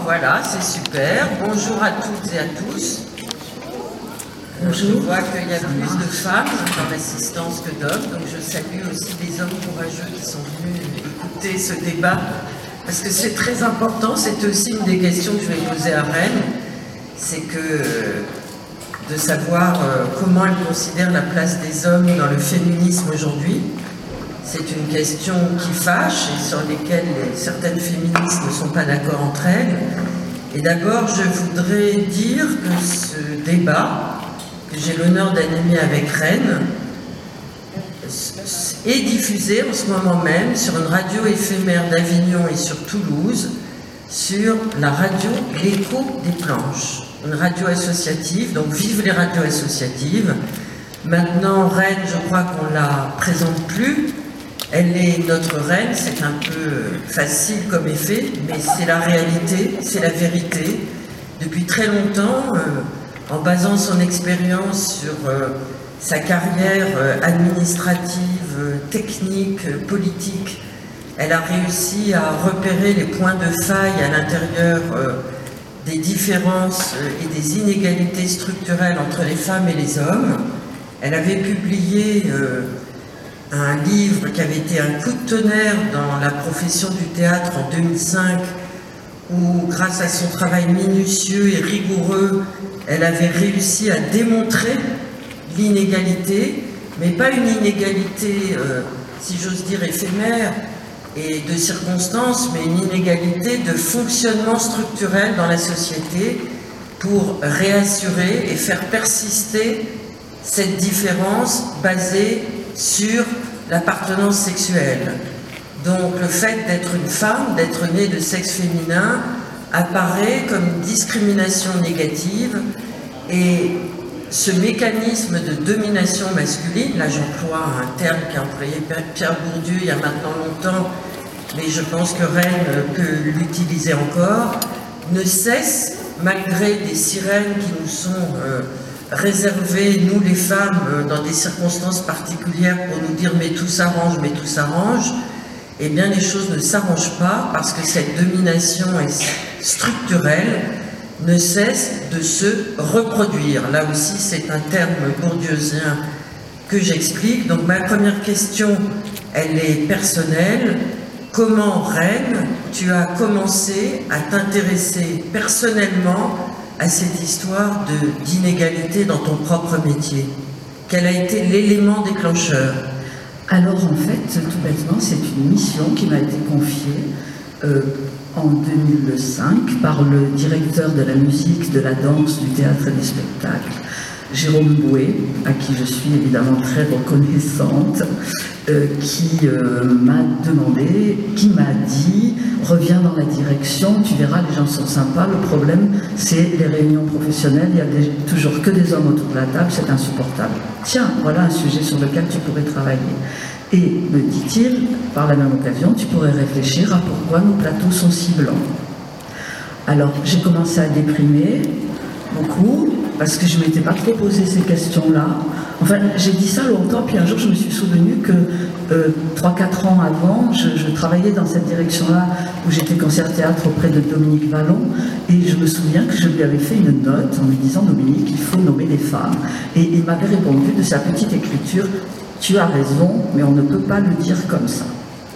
Voilà, c'est super. Bonjour à toutes et à tous. Je vois qu'il y a plus de femmes dans l'assistance que d'hommes, donc je salue aussi les hommes courageux qui sont venus écouter ce débat, parce que c'est très important. C'est aussi une des questions que je vais poser à Rennes, c'est que de savoir comment elle considère la place des hommes dans le féminisme aujourd'hui. C'est une question qui fâche et sur laquelle certaines féministes ne sont pas d'accord entre elles. Et d'abord, je voudrais dire que ce débat, que j'ai l'honneur d'animer avec Rennes, est diffusé en ce moment même sur une radio éphémère d'Avignon et sur Toulouse, sur la radio L'Écho des Planches, une radio associative, donc vive les radios associatives. Maintenant, Rennes, je crois qu'on ne la présente plus. Elle est notre reine, c'est un peu facile comme effet, mais c'est la réalité, c'est la vérité. Depuis très longtemps, en basant son expérience sur sa carrière administrative, technique, politique, elle a réussi à repérer les points de faille à l'intérieur des différences et des inégalités structurelles entre les femmes et les hommes. Elle avait publié un livre qui avait été un coup de tonnerre dans la profession du théâtre en 2005, où grâce à son travail minutieux et rigoureux, elle avait réussi à démontrer l'inégalité, mais pas une inégalité, si j'ose dire, éphémère et de circonstances, mais une inégalité de fonctionnement structurel dans la société pour réassurer et faire persister cette différence basée sur l'appartenance sexuelle. Donc le fait d'être une femme, d'être née de sexe féminin, apparaît comme une discrimination négative, et ce mécanisme de domination masculine, là j'emploie un terme qu'a employé Pierre Bourdieu il y a maintenant longtemps, mais je pense que Rennes peut l'utiliser encore, ne cesse, malgré des sirènes qui nous sont réservées, nous les femmes, dans des circonstances particulières pour nous dire mais tout s'arrange, mais tout s'arrange. Eh bien les choses ne s'arrangent pas, parce que cette domination est structurelle, ne cesse de se reproduire. Là aussi c'est un terme bourdieusien que j'explique. Donc ma première question, elle est personnelle. Comment, Rennes, tu as commencé à t'intéresser personnellement à cette histoire d'inégalité dans ton propre métier? Quel a été l'élément déclencheur? Alors en fait, tout bêtement, c'est une mission qui m'a été confiée en 2005 par le directeur de la musique, de la danse, du théâtre et des spectacles, Jérôme Bouet, à qui je suis évidemment très reconnaissante, qui m'a demandé, qui m'a dit « Reviens dans la direction, tu verras, les gens sont sympas, le problème c'est les réunions professionnelles, il y a toujours que des hommes autour de la table, c'est insupportable. Tiens, voilà un sujet sur lequel tu pourrais travailler. » Et me dit-il, par la même occasion, tu pourrais réfléchir à pourquoi nos plateaux sont si blancs. Alors j'ai commencé à déprimer beaucoup, parce que je ne m'étais pas trop posé ces questions-là. Enfin, j'ai dit ça longtemps, puis un jour je me suis souvenu que 3-4 ans avant, je travaillais dans cette direction-là, où j'étais concert-théâtre auprès de Dominique Vallon, et je me souviens que je lui avais fait une note en lui disant « Dominique, il faut nommer des femmes ». Et il m'avait répondu de sa petite écriture « Tu as raison, mais on ne peut pas le dire comme ça ».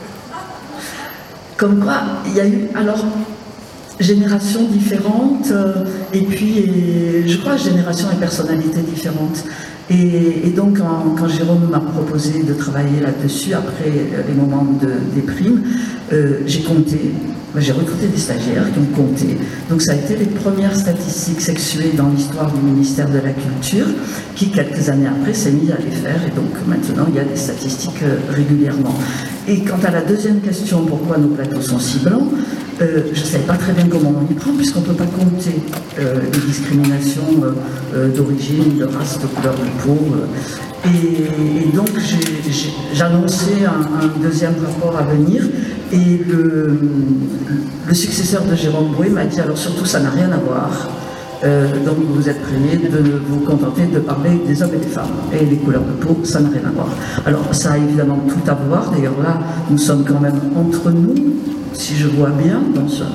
Comme quoi, il y a eu... Alors, générations différentes, et puis, je crois, générations et personnalités différentes. Et donc, quand Jérôme m'a proposé de travailler là-dessus, après les moments de déprime, j'ai compté, j'ai recruté des stagiaires qui ont compté. Donc, ça a été les premières statistiques sexuées dans l'histoire du ministère de la Culture, qui, quelques années après, s'est mis à les faire. Et donc, maintenant, il y a des statistiques régulièrement. Et quant à la deuxième question, pourquoi nos plateaux sont si blancs, je ne savais pas très bien comment on y prend, puisqu'on ne peut pas compter les discriminations d'origine, de race, de couleur de peau. Et donc j'annonçais un deuxième rapport à venir, et le successeur de Jérôme Bouet m'a dit, alors surtout ça n'a rien à voir, donc vous êtes priés de vous contenter de parler des hommes et des femmes, et les couleurs de peau, ça n'a rien à voir. Alors ça a évidemment tout à voir, d'ailleurs là nous sommes quand même entre nous, si je vois bien, dans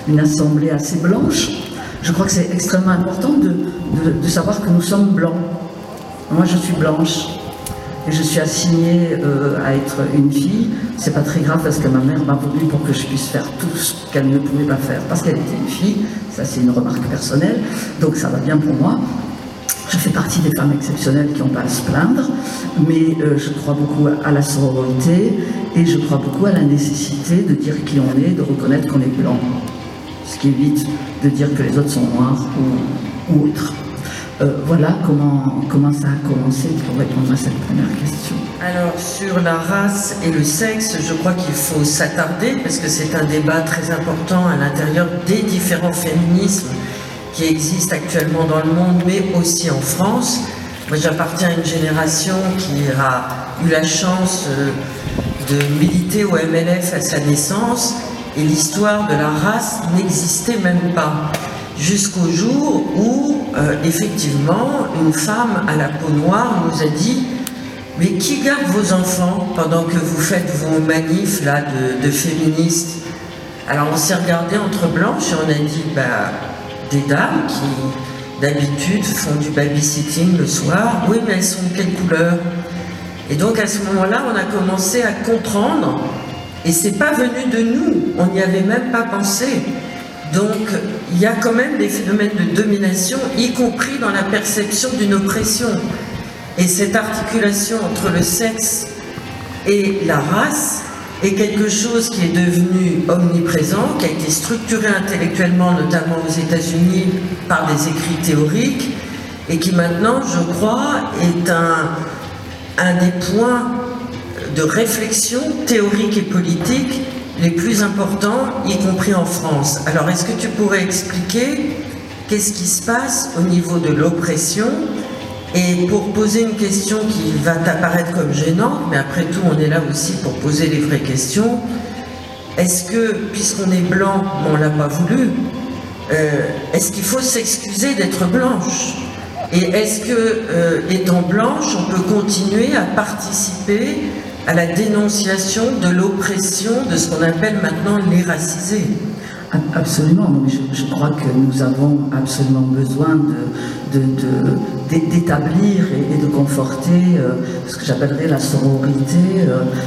une assemblée assez blanche. Je crois que c'est extrêmement important de savoir que nous sommes blancs. Moi, je suis blanche et je suis assignée à être une fille. C'est pas très grave parce que ma mère m'a voulu pour que je puisse faire tout ce qu'elle ne pouvait pas faire parce qu'elle était une fille. Ça, c'est une remarque personnelle. Donc, ça va bien pour moi. Je fais partie des femmes exceptionnelles qui n'ont pas à se plaindre, mais je crois beaucoup à la sororité et je crois beaucoup à la nécessité de dire qui on est, de reconnaître qu'on est blanc, ce qui évite de dire que les autres sont noirs ou autres. Voilà comment ça a commencé pour répondre à cette première question. Alors, sur la race et le sexe, je crois qu'il faut s'attarder parce que c'est un débat très important à l'intérieur des différents féminismes qui existent actuellement dans le monde, mais aussi en France. Moi, j'appartiens à une génération qui a eu la chance de militer au MLF à sa naissance, et l'histoire de la race n'existait même pas. Jusqu'au jour où, effectivement, une femme à la peau noire nous a dit « Mais qui garde vos enfants pendant que vous faites vos manifs là, de féministes ?» Alors on s'est regardé entre blanches et on a dit « Bah, des dames qui, d'habitude, font du babysitting le soir. Oui, mais elles sont de quelle couleur ?» Et donc, à ce moment-là, on a commencé à comprendre, et c'est pas venu de nous, on n'y avait même pas pensé. Donc, il y a quand même des phénomènes de domination, y compris dans la perception d'une oppression. Et cette articulation entre le sexe et la race est quelque chose qui est devenu omniprésent, qui a été structuré intellectuellement, notamment aux États-Unis, par des écrits théoriques, et qui maintenant, je crois, est un des points de réflexion théorique et politique les plus importants, y compris en France. Alors, est-ce que tu pourrais expliquer qu'est-ce qui se passe au niveau de l'oppression? Et pour poser une question qui va t'apparaître comme gênante, mais après tout, on est là aussi pour poser les vraies questions, est-ce que, puisqu'on est blanc, on ne l'a pas voulu, est-ce qu'il faut s'excuser d'être blanche? Et est-ce que, étant blanche, on peut continuer à participer à la dénonciation de l'oppression de ce qu'on appelle maintenant les racisés? Absolument, mais je crois que nous avons absolument besoin d'établir et de conforter ce que j'appellerais la sororité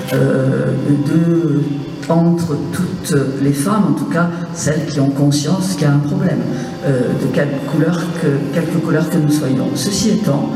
entre toutes les femmes, en tout cas celles qui ont conscience qu'il y a un problème, de quelque couleur que nous soyons. Ceci étant,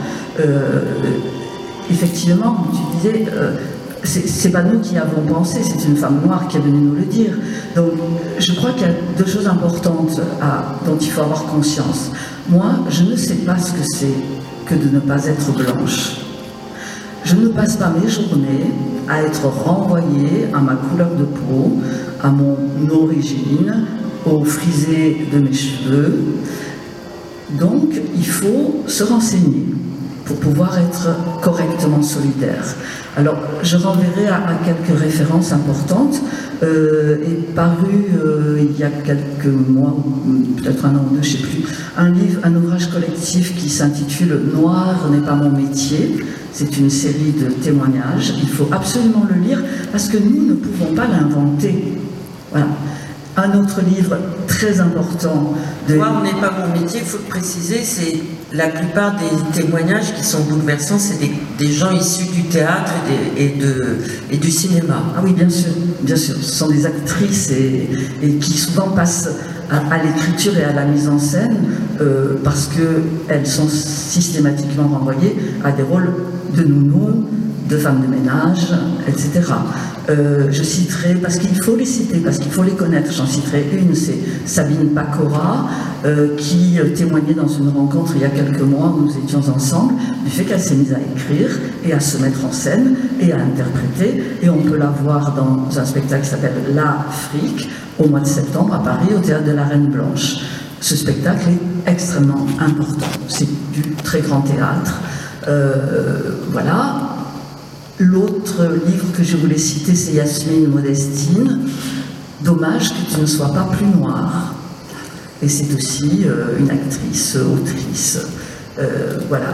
effectivement, tu disais, c'est pas nous qui avons pensé, c'est une femme noire qui est venue nous le dire. Donc, je crois qu'il y a deux choses importantes dont il faut avoir conscience. Moi, je ne sais pas ce que c'est que de ne pas être blanche. Je ne passe pas mes journées à être renvoyée à ma couleur de peau, à mon origine, au frisé de mes cheveux. Donc, il faut se renseigner pour pouvoir être correctement solidaire. Alors, je renverrai à quelques références importantes. Est paru il y a quelques mois, peut-être un an ou deux, je ne sais plus, un ouvrage collectif qui s'intitule « Noir n'est pas mon métier ». C'est une série de témoignages. Il faut absolument le lire parce que nous ne pouvons pas l'inventer. Voilà. Un autre livre très important de... Noir n'est pas mon métier, il faut le préciser, c'est la plupart des témoignages qui sont bouleversants, c'est des gens issus du théâtre et du cinéma. Ah oui, bien sûr, ce sont des actrices et qui souvent passent à l'écriture et à la mise en scène parce qu'elles sont systématiquement renvoyées à des rôles de nounou, de femmes de ménage, etc. Je citerai, parce qu'il faut les citer, parce qu'il faut les connaître, j'en citerai une, c'est Sabine Pacora, qui témoignait dans une rencontre il y a quelques mois où nous étions ensemble, du fait qu'elle s'est mise à écrire et à se mettre en scène et à interpréter, et on peut la voir dans un spectacle qui s'appelle L'Afrique, au mois de septembre à Paris, au Théâtre de la Reine Blanche. Ce spectacle est extrêmement important, c'est du très grand théâtre. Voilà. L'autre livre que je voulais citer, c'est Yasmine Modestine, « Dommage que tu ne sois pas plus noire ». Et c'est aussi une actrice, autrice, voilà,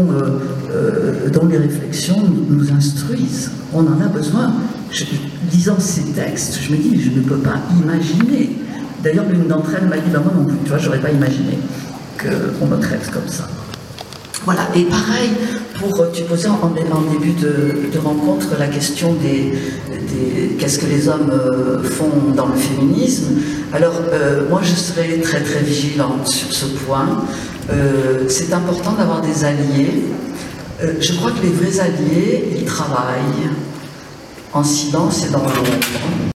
dont les réflexions nous instruisent. On en a besoin. Lisant ces textes, je me dis, je ne peux pas imaginer D'ailleurs, l'une d'entre elles m'a dit, ben moi non plus, tu vois, j'aurais pas imaginé qu'on me traite comme ça. Voilà, et pareil, tu posais en début de rencontre la question des qu'est-ce que les hommes font dans le féminisme. Alors, moi je serais très très vigilante sur ce point. C'est important d'avoir des alliés. Je crois que les vrais alliés, ils travaillent en silence et dans l'ombre.